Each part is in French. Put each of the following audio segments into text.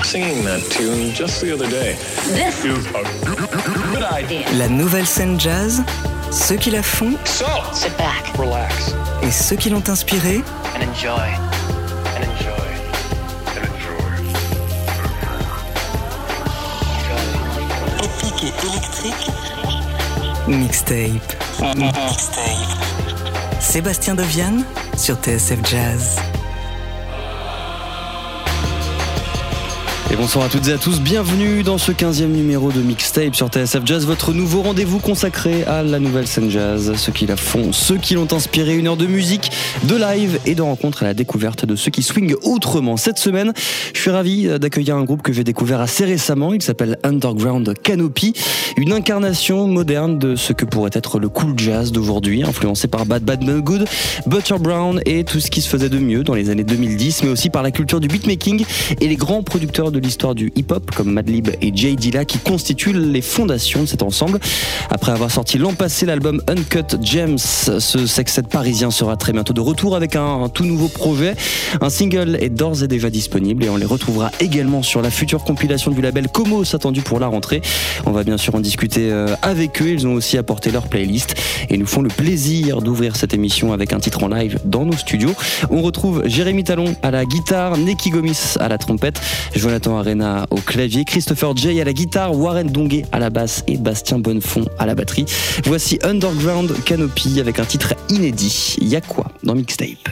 singing that tune just the other day. This is a good idea. La nouvelle scène jazz, ceux qui la font, So, Sit back relax et ceux qui l'ont inspirée, and enjoy. and enjoy. And enjoy. épique et électrique, mixtape. Sébastien Deviane sur TSF Jazz. Et bonsoir à toutes et à tous, bienvenue dans ce 15e numéro de Mixtape sur TSF Jazz, votre nouveau rendez-vous consacré à la nouvelle scène jazz, ceux qui la font, ceux qui l'ont inspiré, une heure de musique, de live et de rencontres à la découverte de ceux qui swingent autrement. Cette semaine, je suis ravi d'accueillir un groupe que j'ai découvert assez récemment, il s'appelle Underground Canopy, une incarnation moderne de ce que pourrait être le cool jazz d'aujourd'hui, influencé par Bad Bad No Good, Butcher Brown et tout ce qui se faisait de mieux dans les années 2010, mais aussi par la culture du beatmaking et les grands producteurs de l'histoire du hip-hop comme Madlib et Jay Dilla qui constituent les fondations de cet ensemble. Après avoir sorti l'an passé l'album Uncut Gems, ce sextet parisien sera très bientôt de retour avec un tout nouveau projet. Un single est d'ores et déjà disponible et on les retrouvera également sur la future compilation du label Comos attendue pour la rentrée. On va bien sûr en discuter avec eux, ils ont aussi apporté leur playlist et nous font le plaisir d'ouvrir cette émission avec un titre en live dans nos studios. On retrouve Jérémy Talon à la guitare, Neki Gomis à la trompette, Jonathan Arena au clavier, Christopher J à la guitare, Warren Donguet à la basse et Bastien Bonnefond à la batterie. Voici Underground Canopy avec un titre inédit. Y'a quoi dans Mixtape?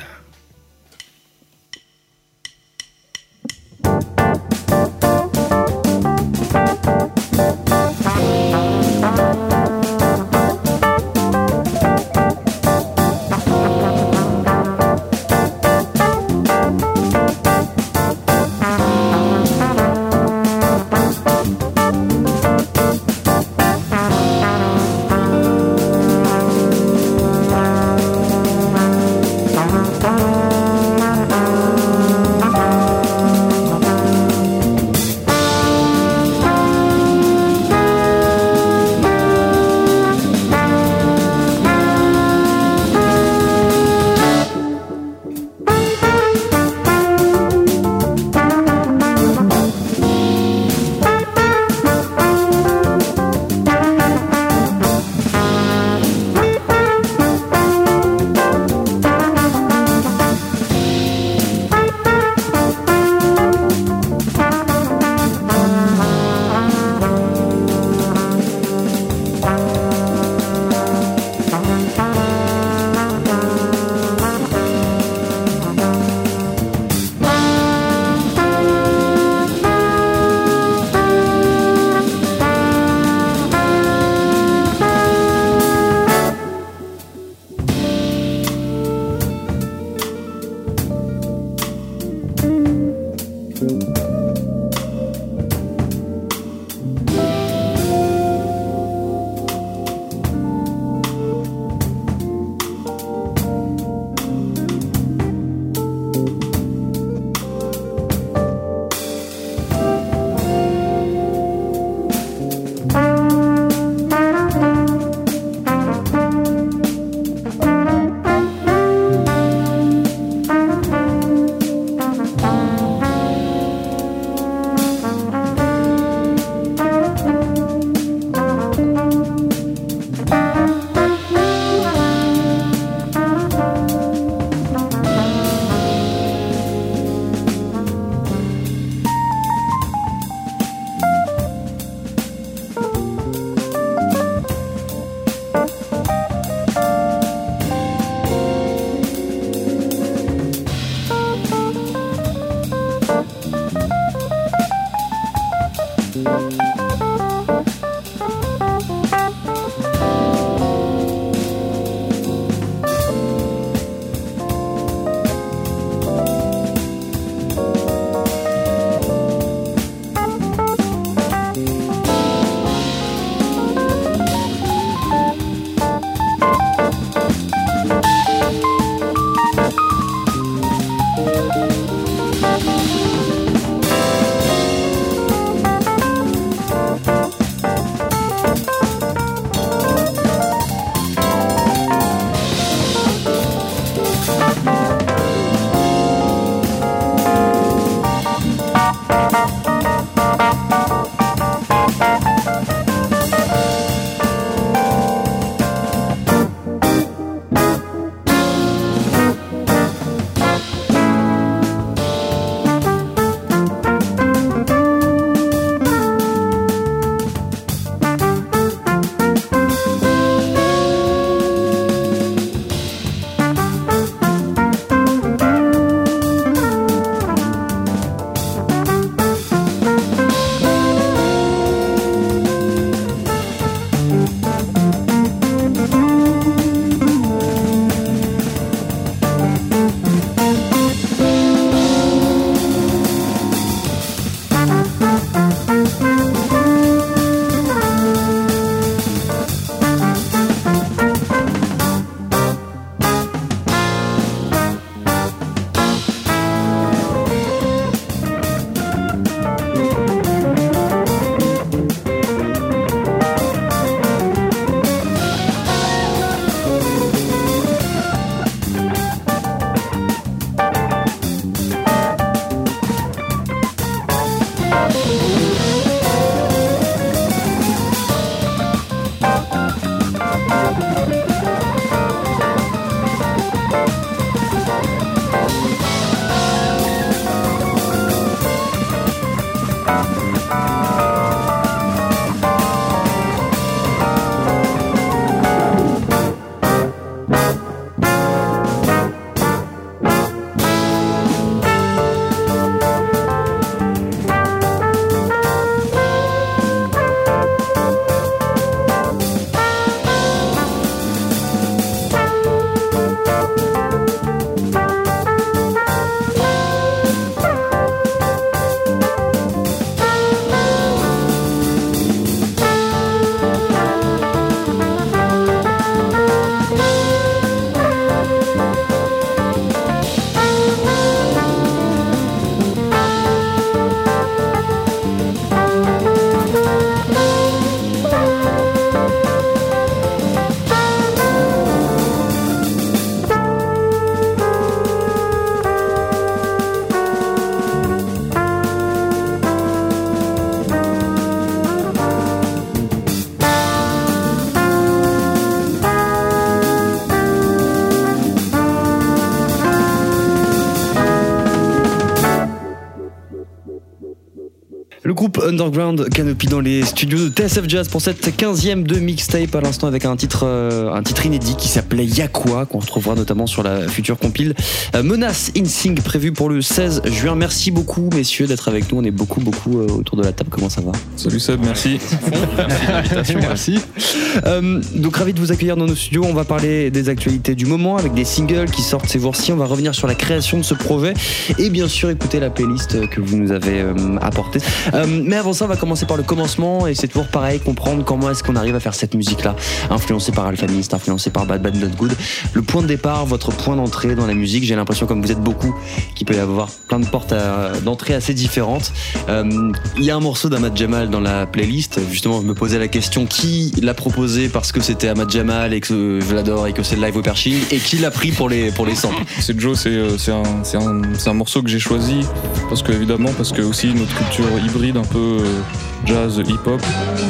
Le groupe Underground Canopy dans les studios de TSF Jazz pour cette 15e de mixtape à l'instant avec un titre inédit qui s'appelait Yakwa, qu'on retrouvera notamment sur la future compile Menace in Sync prévue pour le 16 juin. Merci beaucoup messieurs d'être avec nous, on est beaucoup autour de la table. Comment ça va? Salut Seb, merci. Merci de l'invitation. Merci. Donc ravi de vous accueillir dans nos studios. On va parler des actualités du moment avec des singles qui sortent ces jours-ci. On va revenir sur la création de ce projet et bien sûr écouter la playlist que vous nous avez apportée. Mais avant ça, on va commencer par le commencement et c'est toujours pareil, comprendre comment est-ce qu'on arrive à faire cette musique-là, influencée par Alphamist, influencée par Bad Bad Not Good. Le point de départ, votre point d'entrée dans la musique, j'ai l'impression, comme vous êtes beaucoup, qu'il peut y avoir plein de portes d'entrée assez différentes. Il y a un morceau d'Ahmad Jamal dans la playlist. Justement, je me posais la question qui l'a proposé parce que c'était Ahmad Jamal et que je l'adore et que c'est le live au Pershing, et qui l'a pris pour les samples. C'est Joe, c'est un morceau que j'ai choisi parce que aussi notre culture hybride un peu jazz, hip-hop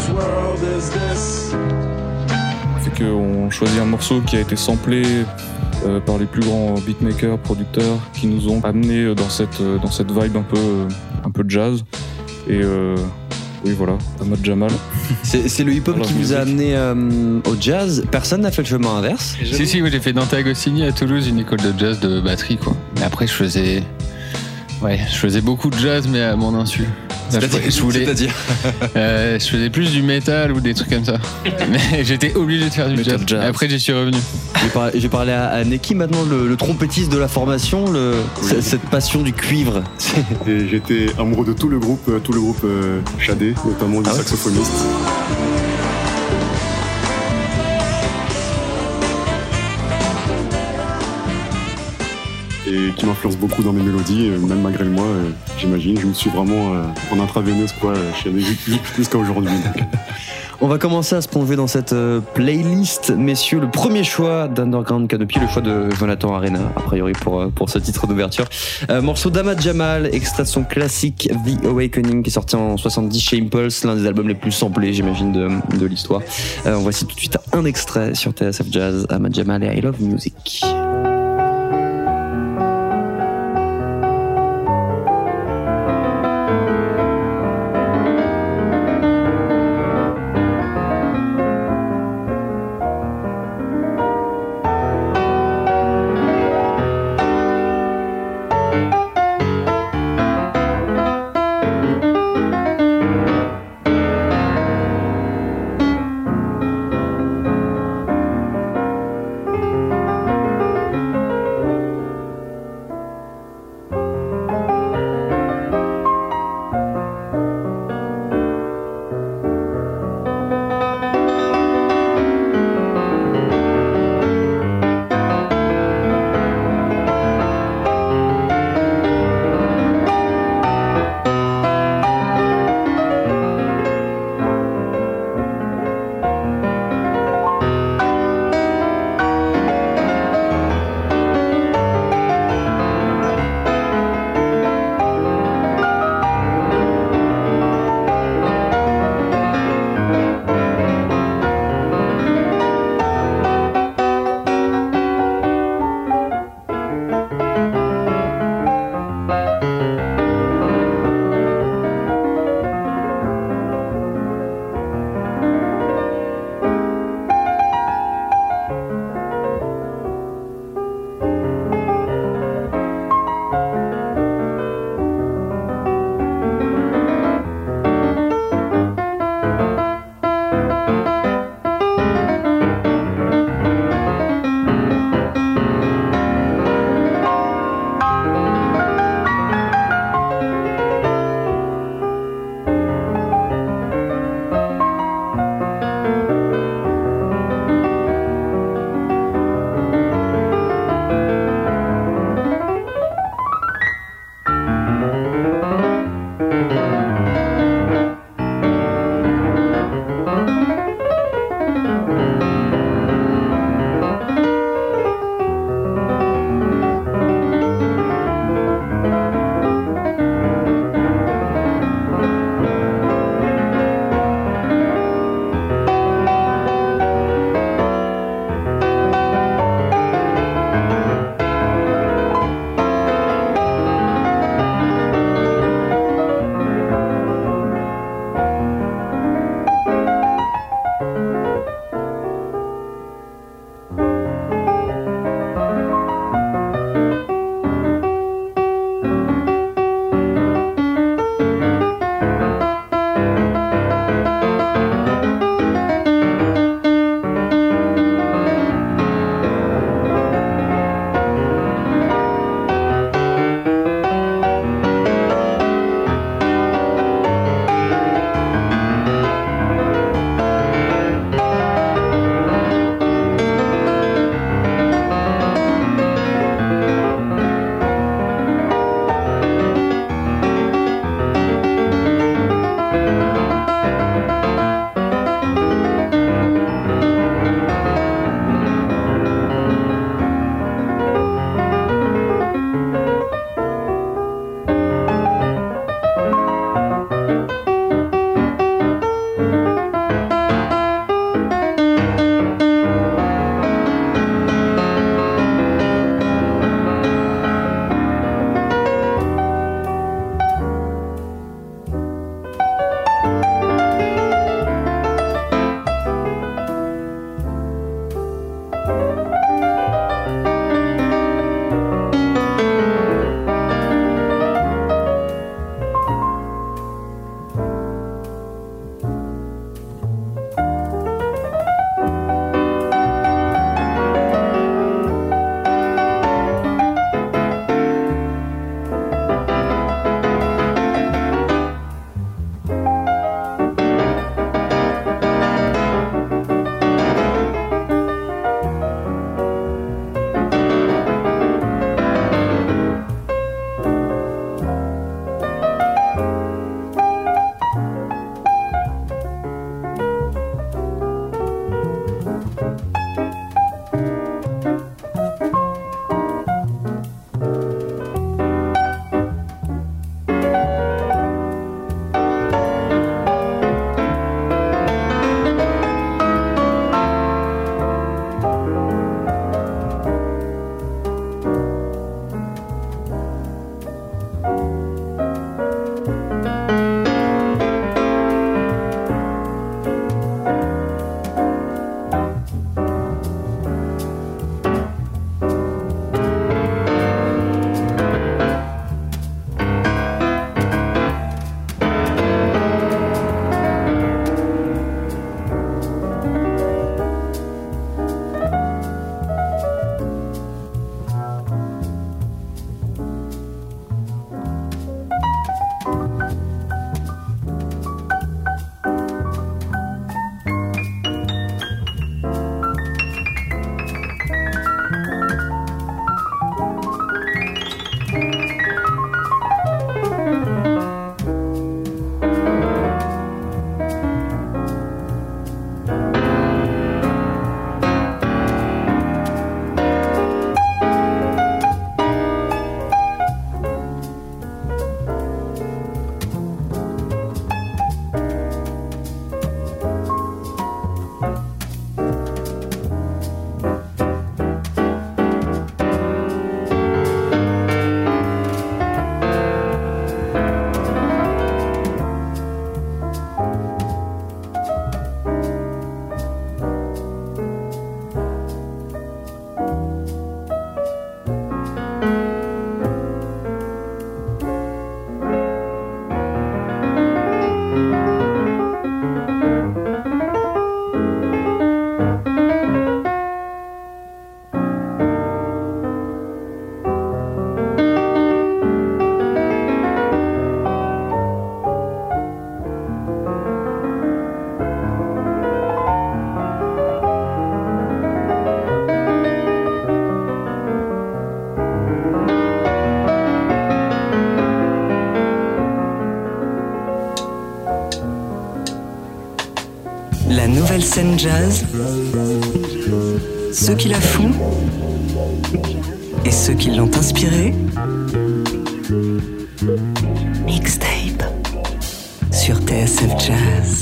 fait qu'on choisit un morceau qui a été samplé par les plus grands beatmakers, producteurs qui nous ont amenés dans cette vibe un peu jazz et oui voilà, Ahmad Jamal. C'est le hip-hop qui vous a amené au jazz. Personne n'a fait le chemin inverse? Si, moi j'ai fait Dante Agostini à Toulouse, une école de jazz de batterie quoi. Mais après je faisais beaucoup de jazz mais à mon insu. C'est-à-dire je faisais plus du métal ou des trucs comme ça. Mais j'étais obligé de faire du jazz. Après j'y suis revenu. J'ai parlé à Neki maintenant, le trompettiste de la formation, cette passion du cuivre. Et j'étais amoureux de tout le groupe Shadé, notamment du saxophoniste. Et qui m'influence beaucoup dans mes mélodies, même malgré le moi, j'imagine. Je me suis vraiment en intraveineuse jusqu'à aujourd'hui. On va commencer à se plonger dans cette playlist, messieurs. Le premier choix d'Underground Canopy, le choix de Jonathan Arena, a priori pour ce titre d'ouverture. Morceau d'Ahmad Jamal, extrait de son classique The Awakening, qui est sorti en 70 chez Impulse, l'un des albums les plus samplés, j'imagine, de l'histoire. Voici tout de suite un extrait sur TSF Jazz, Ahmad Jamal et I Love Music. La nouvelle scène jazz, ceux qui la font et ceux qui l'ont inspirée. Mixtape sur TSF Jazz.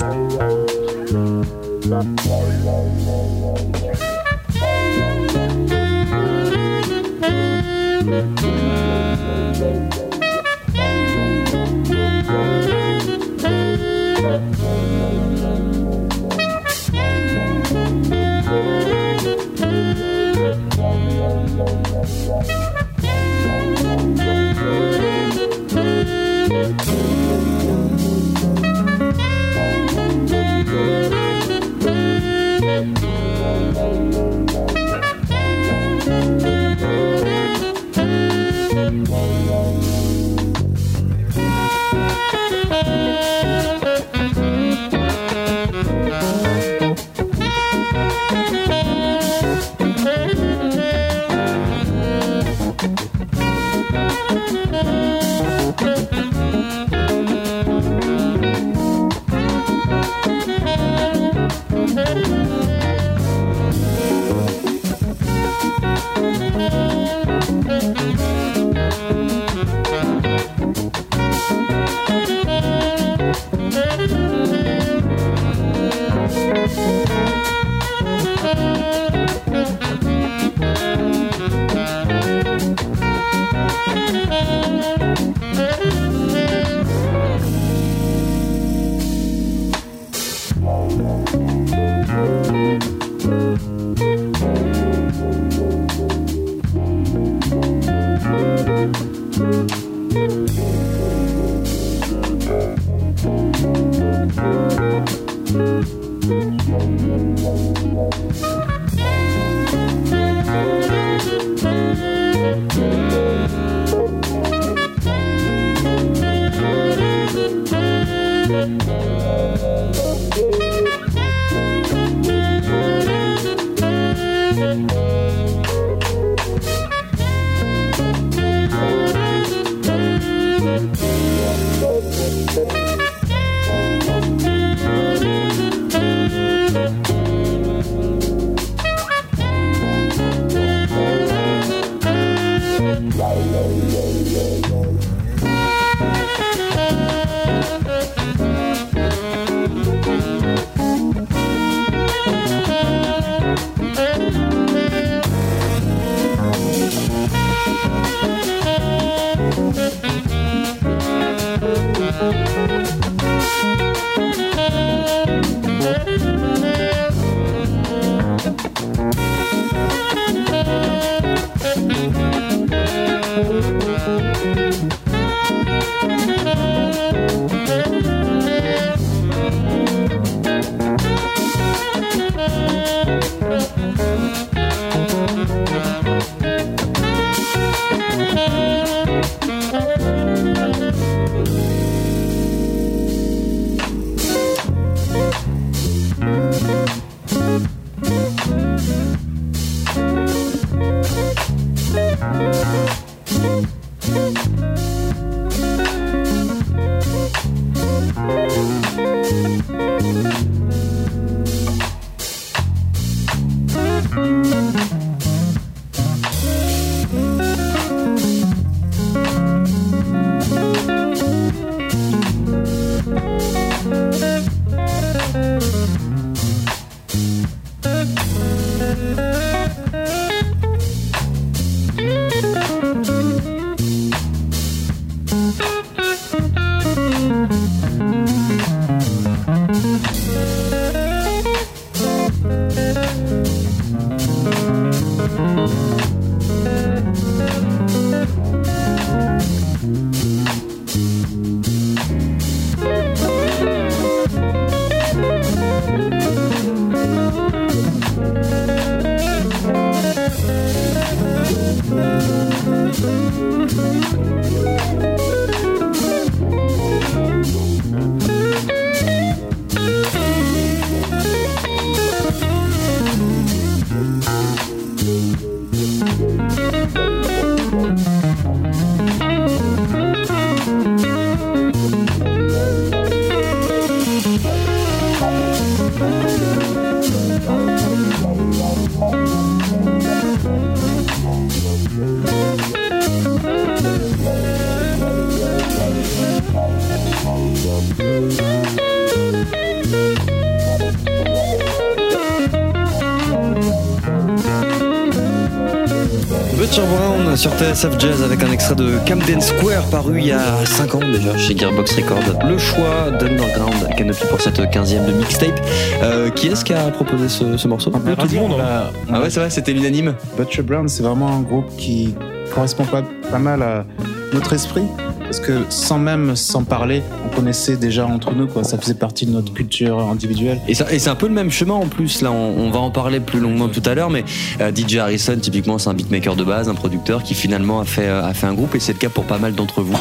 Butcher Brown sur TSF Jazz avec un extrait de Camden Square paru il y a 5 ans déjà chez Gearbox Records. Le choix d'Underground Canopy pour cette 15e de mixtape. Qui est-ce qui a proposé ce morceau? Un peu tout le monde. Ah ouais, c'est vrai, c'était l'unanime. Butcher Brown, c'est vraiment un groupe qui correspond pas mal à notre esprit. Parce que sans parler, on connaissait déjà entre nous, quoi. Ça faisait partie de notre culture individuelle. Et c'est un peu le même chemin en plus. Là, on va en parler plus longuement tout à l'heure, mais DJ Harrison, typiquement, c'est un beatmaker de base, un producteur qui finalement a fait un groupe, et c'est le cas pour pas mal d'entre vous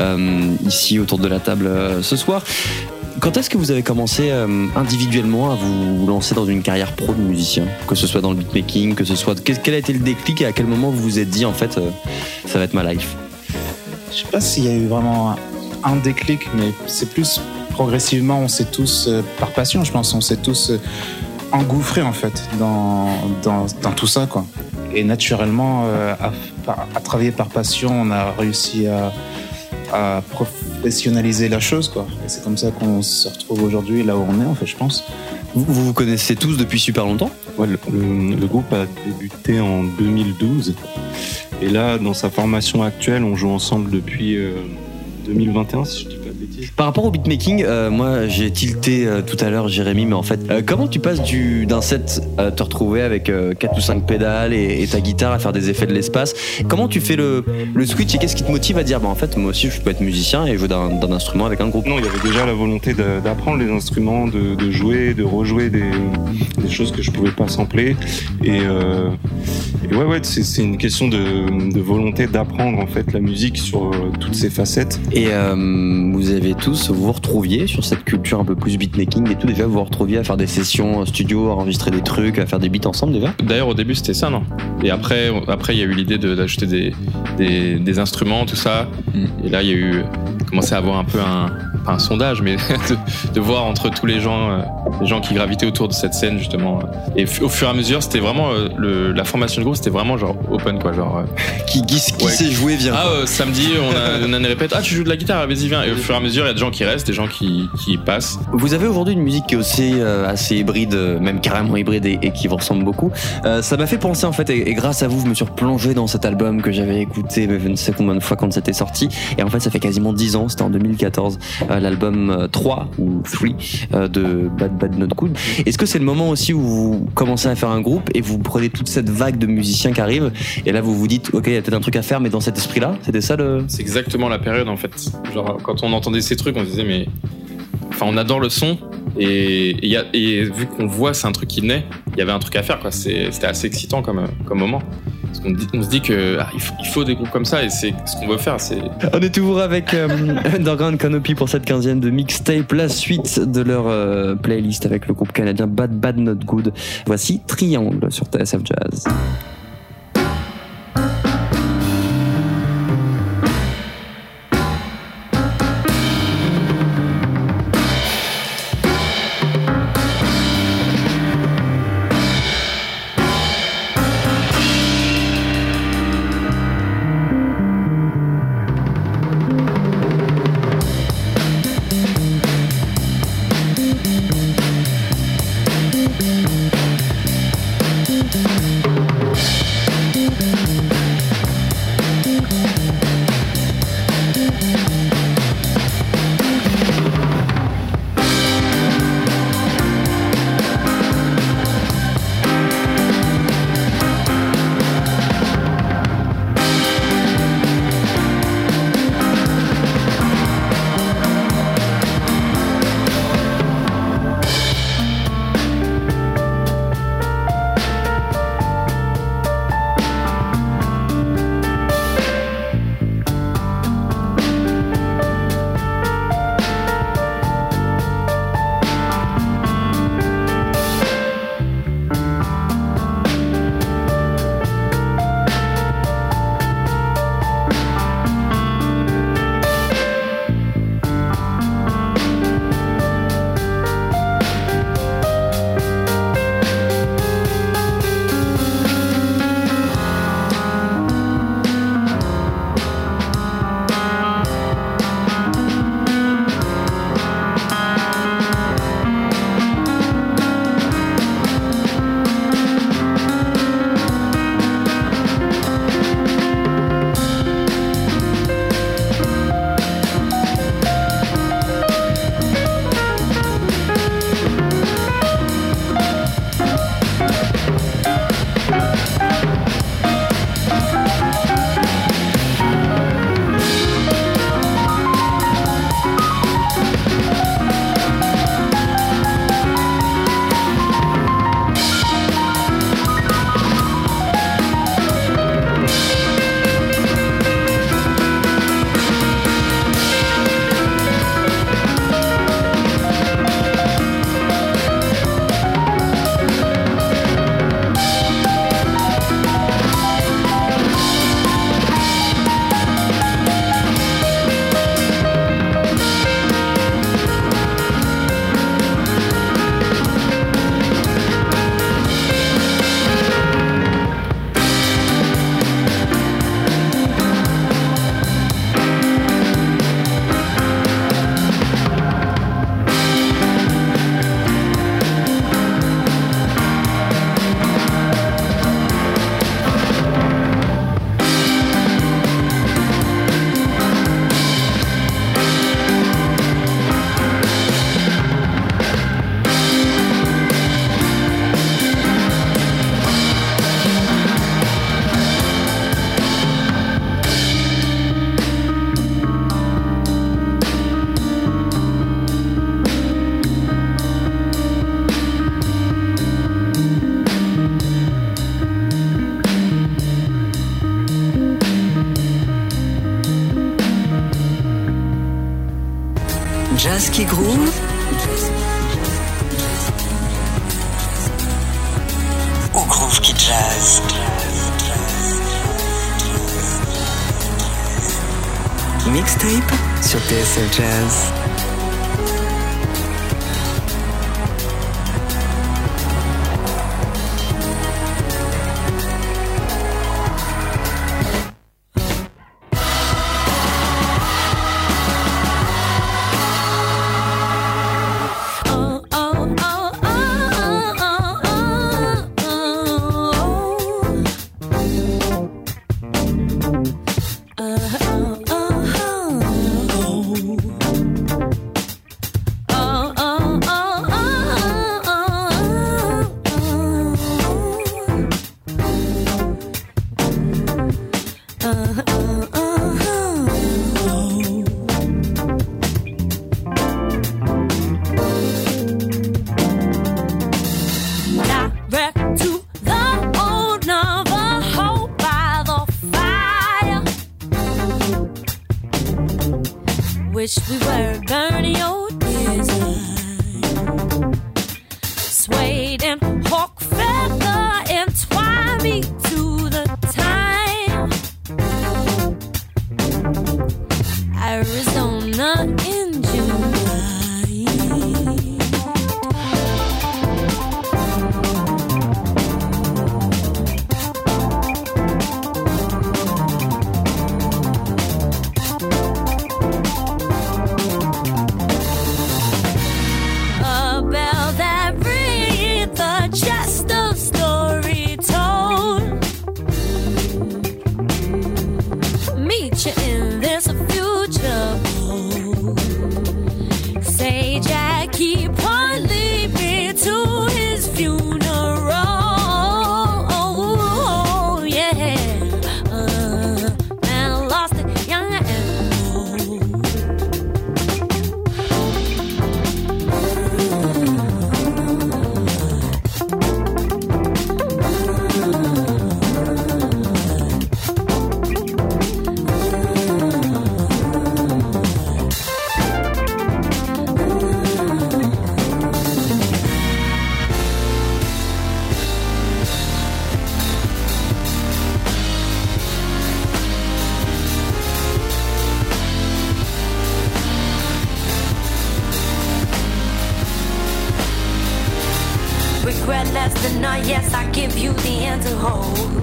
ici autour de la table ce soir. Quand est-ce que vous avez commencé individuellement à vous lancer dans une carrière pro de musicien, que ce soit dans le beatmaking, que ce soit quel a été le déclic et à quel moment vous vous êtes dit en fait ça va être ma life? Je sais pas s'il y a eu vraiment un déclic, mais c'est plus progressivement, on s'est tous, par passion je pense, on s'est tous engouffrés en fait dans tout ça, quoi. Et naturellement, à travailler par passion, on a réussi à professionnaliser la chose, quoi. Et c'est comme ça qu'on se retrouve aujourd'hui là où on est, en fait, je pense. Vous connaissez tous depuis super longtemps? Ouais, le groupe a débuté en 2012. Et là, dans sa formation actuelle, on joue ensemble depuis 2021, si je dis pas de bêtises. Par rapport au beatmaking, moi j'ai tilté tout à l'heure Jérémy, mais en fait, comment tu passes d'un set te retrouver avec 4 ou 5 pédales et ta guitare à faire des effets de l'espace? Comment tu fais le switch et qu'est-ce qui te motive à dire en fait moi aussi je peux être musicien et jouer d'un instrument avec un groupe? Non, il y avait déjà la volonté d'apprendre les instruments, de jouer, de rejouer des choses que je pouvais pas sampler. Et ouais, c'est une question de volonté d'apprendre en fait la musique sur toutes ses facettes. Et vous avez tous, vous retrouviez sur cette culture un peu plus beatmaking et tout, déjà vous retrouviez à faire des sessions studio, à enregistrer des trucs, à faire des beats ensemble déjà? D'ailleurs au début c'était ça, non? Et après il y a eu l'idée d'ajouter des instruments, tout ça. Et là il y a eu commencé à avoir un peu pas un sondage, mais de voir entre tous les gens qui gravitaient autour de cette scène justement. Et au fur et à mesure, c'était vraiment la formation de groupe, c'était vraiment genre open, quoi, genre. Qui sait jouer vient. Samedi, on a une répète. Ah, tu joues de la guitare, vas-y viens. Et au fur et à mesure, il y a des gens qui restent, des gens qui passent. Vous avez aujourd'hui une musique qui est aussi assez hybride, même carrément hybride et qui vous ressemble beaucoup. Ça m'a fait penser en fait, et grâce à vous, je me suis replongé dans cet album que j'avais écouté, mais je ne sais combien de fois quand c'était sorti. Et en fait, ça fait quasiment 10 ans. C'était en 2014. L'album 3 ou 3 de Bad Not Good. Est-ce que c'est le moment aussi où vous commencez à faire un groupe et vous prenez toute cette vague de musiciens qui arrivent et là vous vous dites ok, il y a peut-être un truc à faire, mais dans cet esprit-là? C'était ça C'est exactement la période en fait. Genre quand on entendait ces trucs, on se disait mais enfin on adore le son et vu qu'on voit c'est un truc qui naît, il y avait un truc à faire, quoi. C'était assez excitant comme moment. Parce qu'on se dit que il faut des groupes comme ça et c'est ce qu'on veut faire. On est toujours avec Underground Canopy pour cette 15e de mixtape, la suite de leur playlist avec le groupe canadien Bad Not Good. Voici Triangle sur TSF Jazz. Jazz qui groove. Ou groove qui jazz. Mixtape sur TSF Jazz. Wish we were burning old design. Suede and hawk feather entwine me to the time. Arizona in July. Regret less than not, yes, I give you the hand to hold.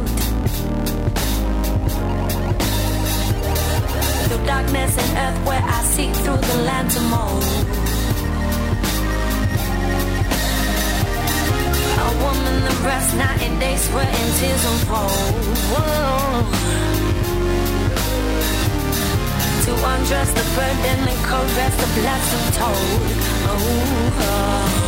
Through darkness and earth where I seek through the land to mold. A woman that rests night and day, sweat and tears unfold. Whoa. To undress the burden and caress the blessing told. Oh.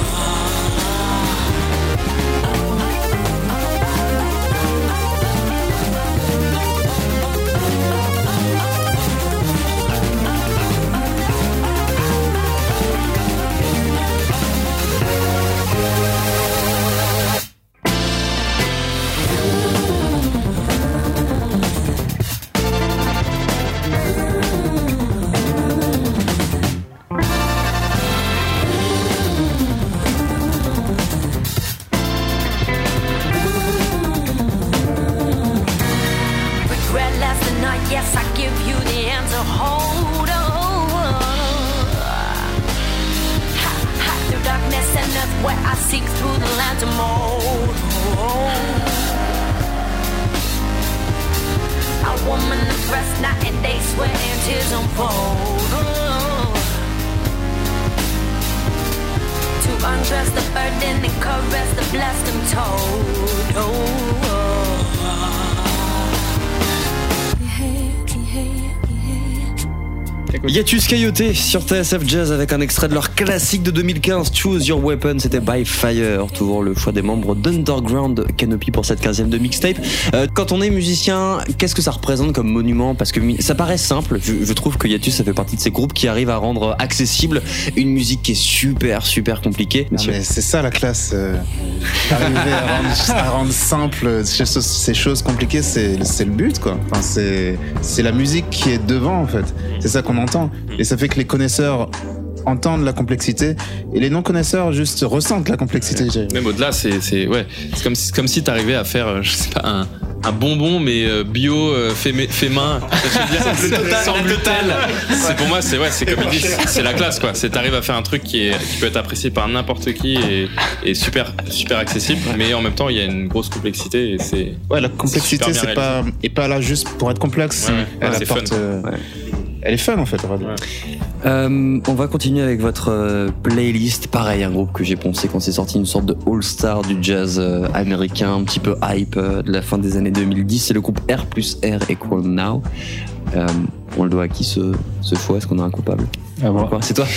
Yes, I give you the hand to hold on. Through darkness and earth where I seek through the land to mold. A woman of rest night and day, sweat and tears unfold. To undress the burden and caress the blessed and told. Hiatus Kaiyote sur TSF Jazz avec un extrait de leur classique de 2015, Choose Your Weapon, c'était By Fire, toujours le choix des membres d'Underground Canopy pour cette 15e de mixtape. Quand on est musicien, qu'est-ce que ça représente comme monument? Parce que ça paraît simple, je trouve que Hiatus ça fait partie de ces groupes qui arrivent à rendre accessible une musique qui est super super compliquée. Non, mais c'est ça la classe, arriver à rendre simple ces choses compliquées, c'est le but quoi. Enfin, c'est la musique qui est devant en fait, c'est ça qu'on entend. Et ça fait que les connaisseurs entendent la complexité et les non-connaisseurs juste ressentent la complexité. Même au-delà, c'est comme si t'arrivais à faire, je sais pas, un bonbon mais bio fait main. C'est sans gluten. C'est pour moi, c'est comme ils disent, c'est la classe quoi. C'est t'arrives à faire un truc qui peut être apprécié par n'importe qui et super accessible, mais en même temps il y a une grosse complexité et c'est. Ouais, la complexité c'est pas là juste pour être complexe. Elle apporte. Elle est fun en fait. On va continuer avec votre playlist. Pareil, un groupe que j'ai poncé quand c'est sorti, une sorte de all-star du jazz américain, un petit peu hype de la fin des années 2010. C'est le groupe R+R Equal Now. On le doit à qui ce choix? Est-ce qu'on a un coupable? C'est toi.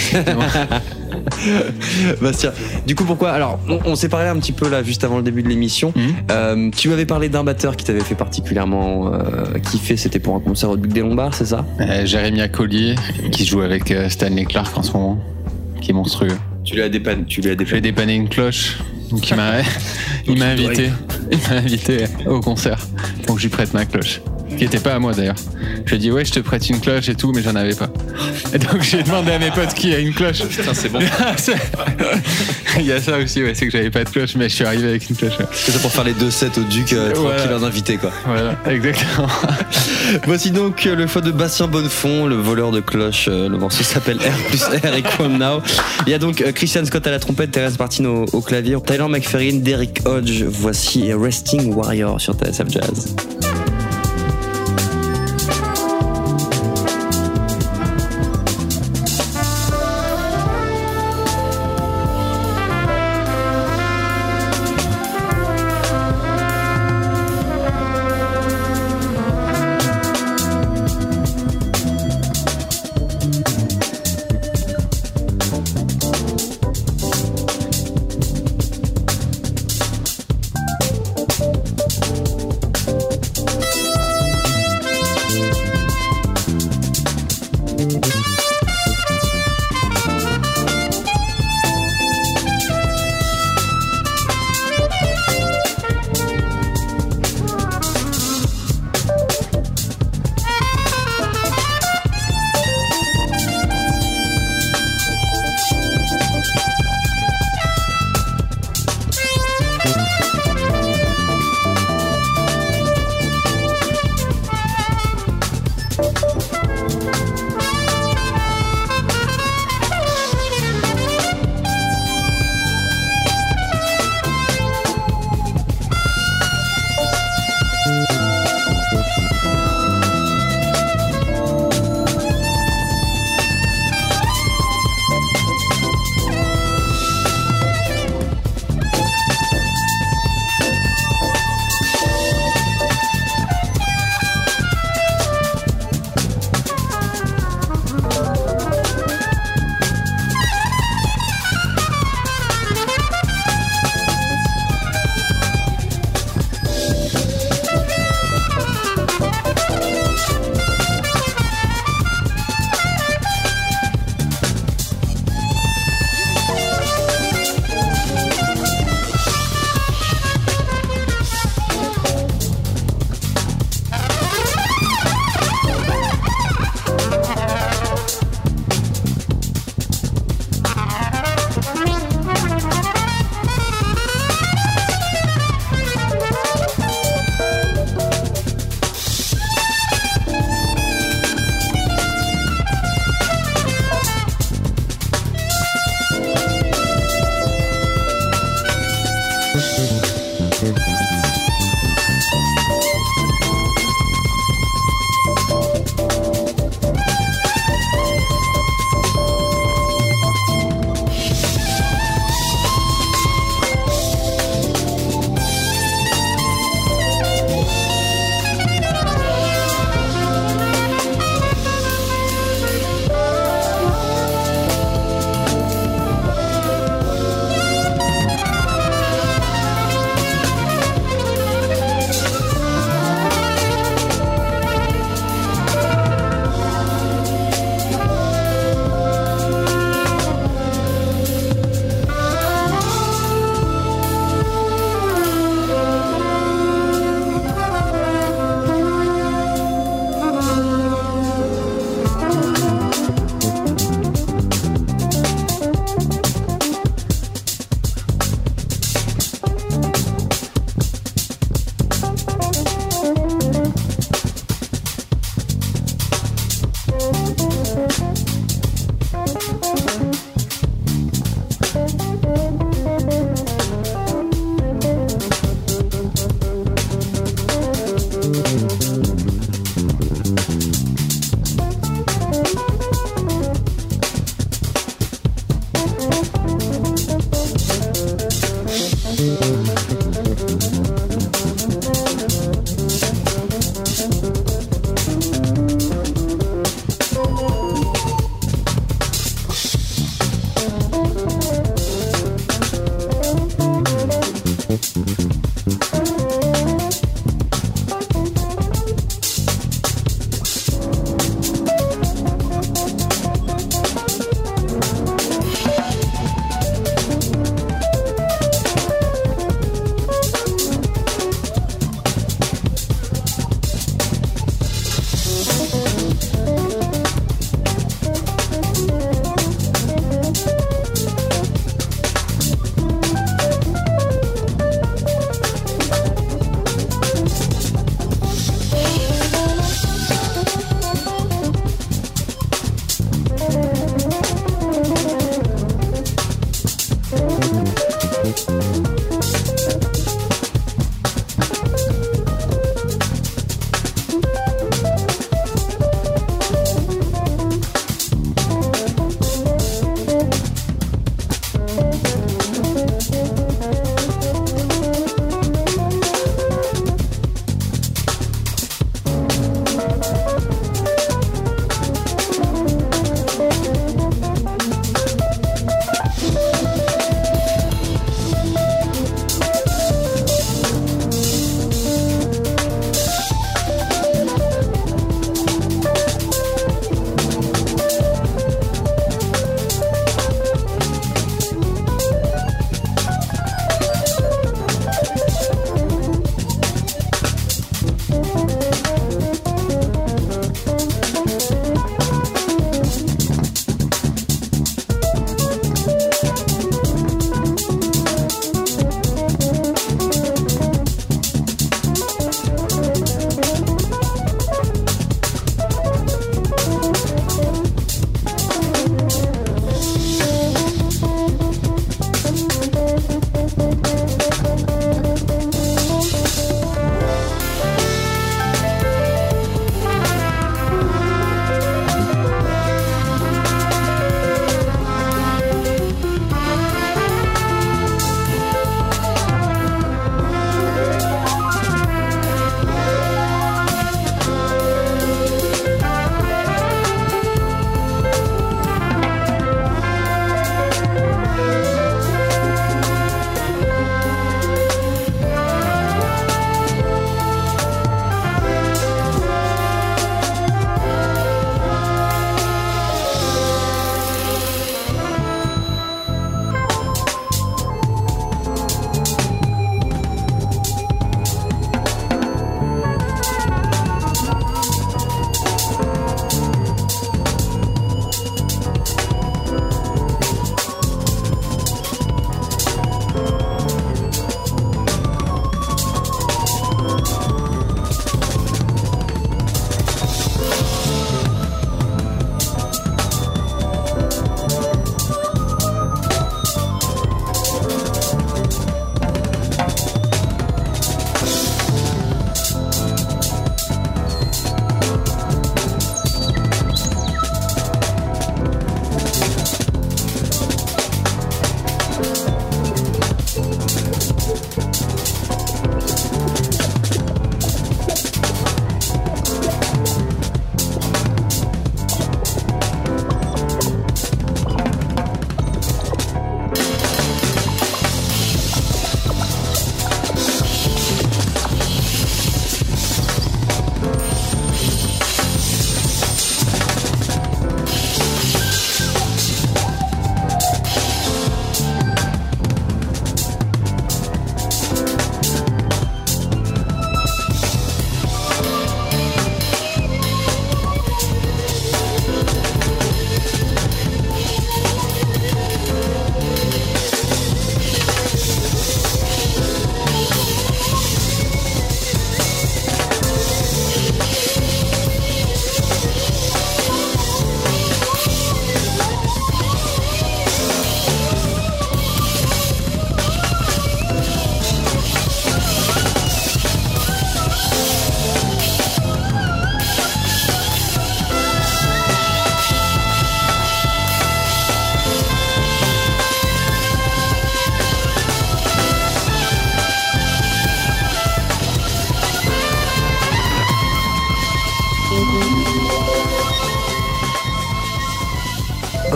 Bastien, du coup pourquoi? Alors on s'est parlé un petit peu là juste avant le début de l'émission. Tu m'avais parlé d'un batteur qui t'avait fait particulièrement kiffer, c'était pour un concert au Duc des Lombards, c'est ça? Jérémy Collier qui joue avec Stanley Clarke en ce moment, qui est monstrueux. Tu lui as dépanné. Je lui ai dépanné une cloche, donc il m'a invité au concert, donc je lui prête ma cloche. Qui était pas à moi d'ailleurs. Je lui ai dit ouais, je te prête une cloche et tout, mais j'en avais pas. Et donc j'ai demandé à mes potes qui a une cloche. Putain, c'est bon. Il y a ça aussi, c'est que j'avais pas de cloche, mais je suis arrivé avec une cloche. C'est ça pour faire les 2 sets au Duc, tranquille en invité quoi. Voilà, exactement. Voici donc le choix de Bastien Bonnefond, le voleur de cloches. Le morceau s'appelle R+R Equal Now. Il y a donc Christian Scott à la trompette, Thérèse Martin au clavier, Tyler McFerrin, Derrick Hodge. Voici Resting Warrior sur TSF Jazz.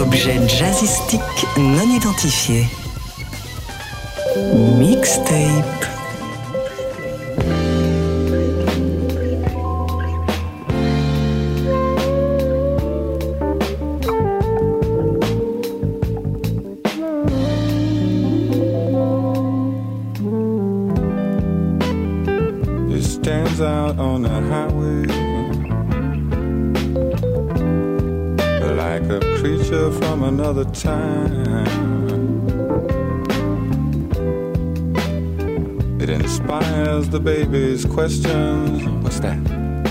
Objet jazzistique non identifié. Mixtape. It stands out on the highway like a creature from another time. It inspires the baby's questions. What's that?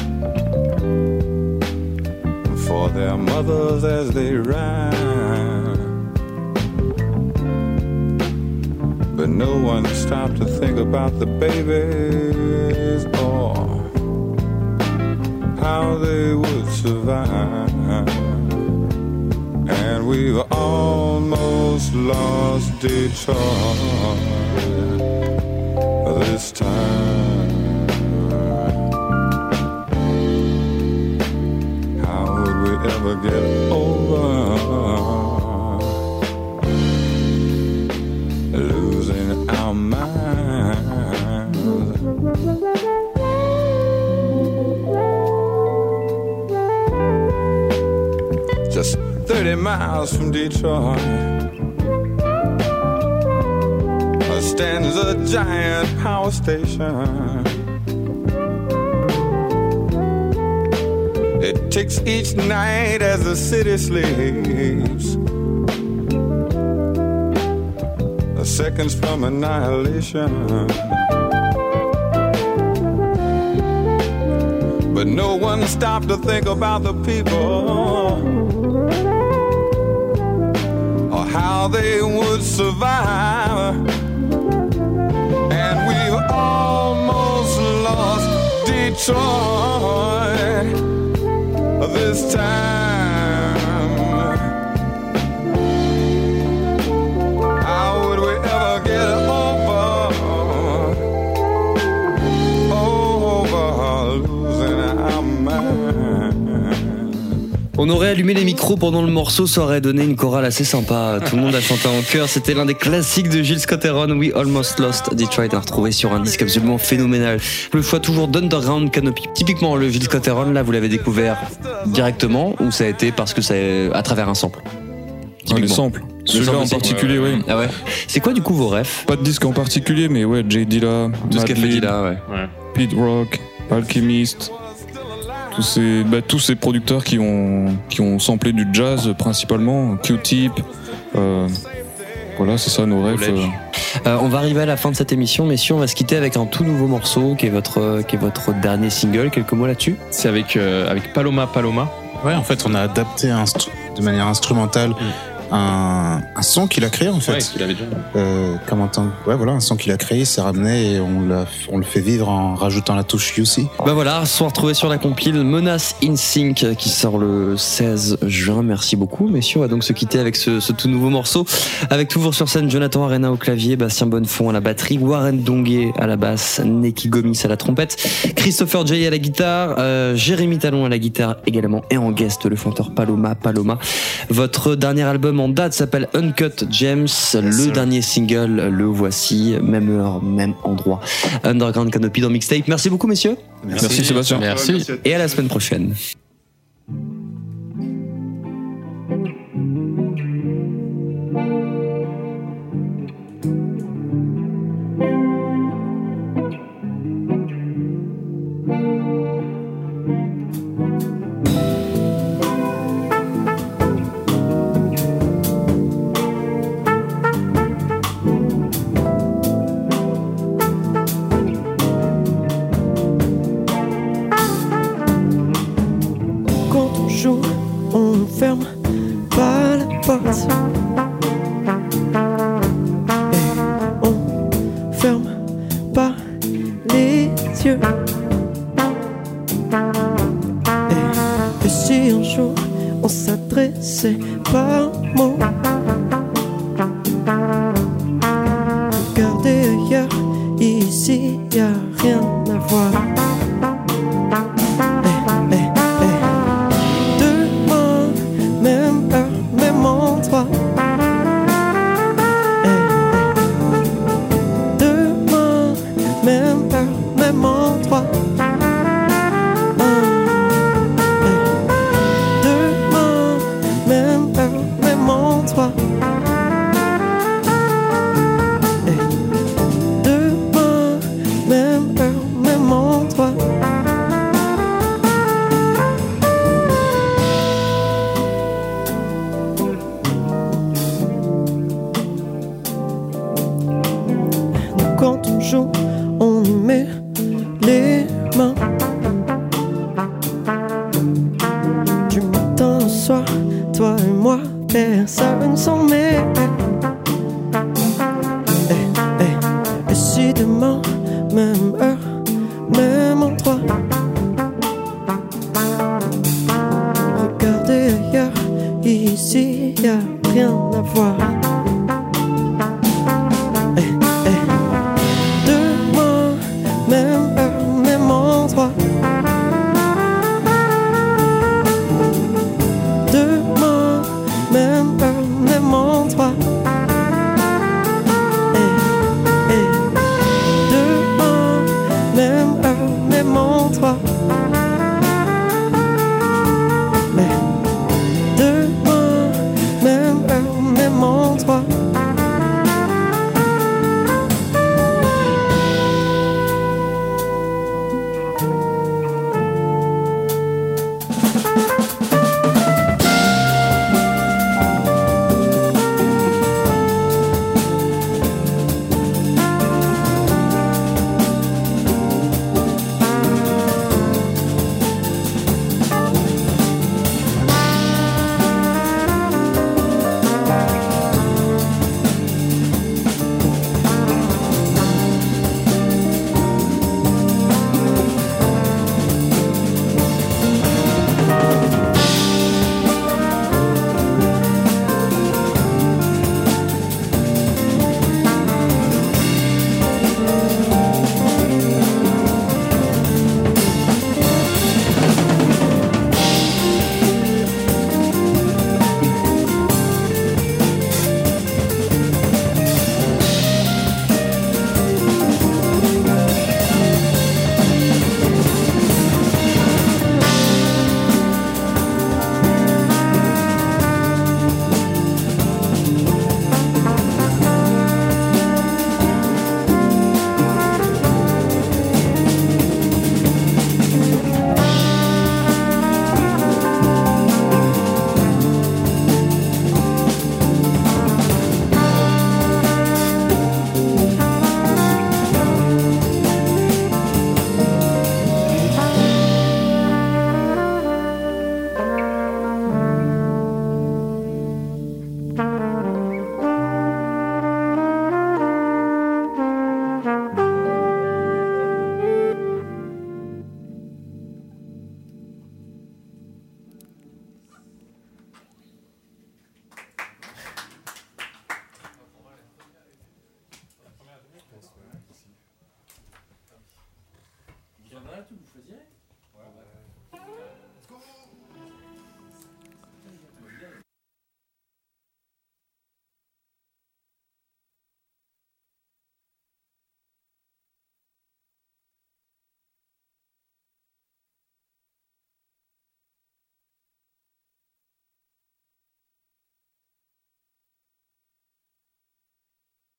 For their mothers as they rhyme. But no one stopped to think about the babies or how they would survive. And we've almost lost Detroit this time. How would we ever get over losing our minds? Just 30 miles from Detroit stands a giant power station. It ticks each night as the city sleeps. The seconds from annihilation. But no one stopped to think about the people or how they would survive. And we've almost lost Detroit this time. How would we ever get over losing our mind? On aurait allumé les micros pendant le morceau, ça aurait donné une chorale assez sympa. Tout le monde a chanté en chœur. C'était l'un des classiques de Gil Scott-Heron, We Almost Lost Detroit, à retrouver sur un disque absolument phénoménal. Le choix toujours d'Underground Canopy. Typiquement, le Gil Scott-Heron, là, vous l'avez découvert directement ou ça a été parce que c'est à travers un sample? Les samples. Celui-là en particulier, oui. Ah ouais. C'est quoi du coup vos refs? Pas de disque en particulier, mais ouais, Jay Dilla, tout ce qu'a fait Dilla, ouais. Pete Rock, Alchemist. Tous ces producteurs qui ont samplé du jazz principalement, Q-Tip, voilà, c'est ça nos rêves. On va arriver à la fin de cette émission, messieurs, on va se quitter avec un tout nouveau morceau qui est votre dernier single. Quelques mots là-dessus? C'est avec Paloma. Ouais, en fait, on a adapté de manière instrumentale un son qu'il a créé en fait. Ouais, qu'il avait déjà. Un son qu'il a créé, il s'est ramené et on le fait vivre en rajoutant la touche UC. Bah voilà, sont retrouvés sur la compile Menace in Sync qui sort le 16 juin. Merci beaucoup, messieurs. On va donc se quitter avec ce tout nouveau morceau. Avec toujours sur scène Jonathan Arena au clavier, Bastien Bonnefond à la batterie, Warren Donguet à la basse, Neki Gomis à la trompette, Christopher Jay à la guitare, Jérémy Talon à la guitare également et en guest le chanteur Paloma. Votre dernier album en date s'appelle Uncut Gems. Le dernier single, le voici. Même heure, même endroit. Underground Canopy dans Mixtape. Merci beaucoup, messieurs. Merci Sébastien. Merci. Et à la semaine prochaine. On ferme pas la porte et on ferme pas les yeux. Et si un jour on s'adressait par mots, regardez ailleurs, ici y a rien à voir. Même endroit. Demain, même heure, même endroit. Demain, même heure, même endroit. Demain, même heure, même endroit. Quand on joue, on y met les mains. Du matin au soir, toi et moi, personne s'en met. Et si demain, même heure, même endroit, regardez ailleurs, ici y a rien à voir.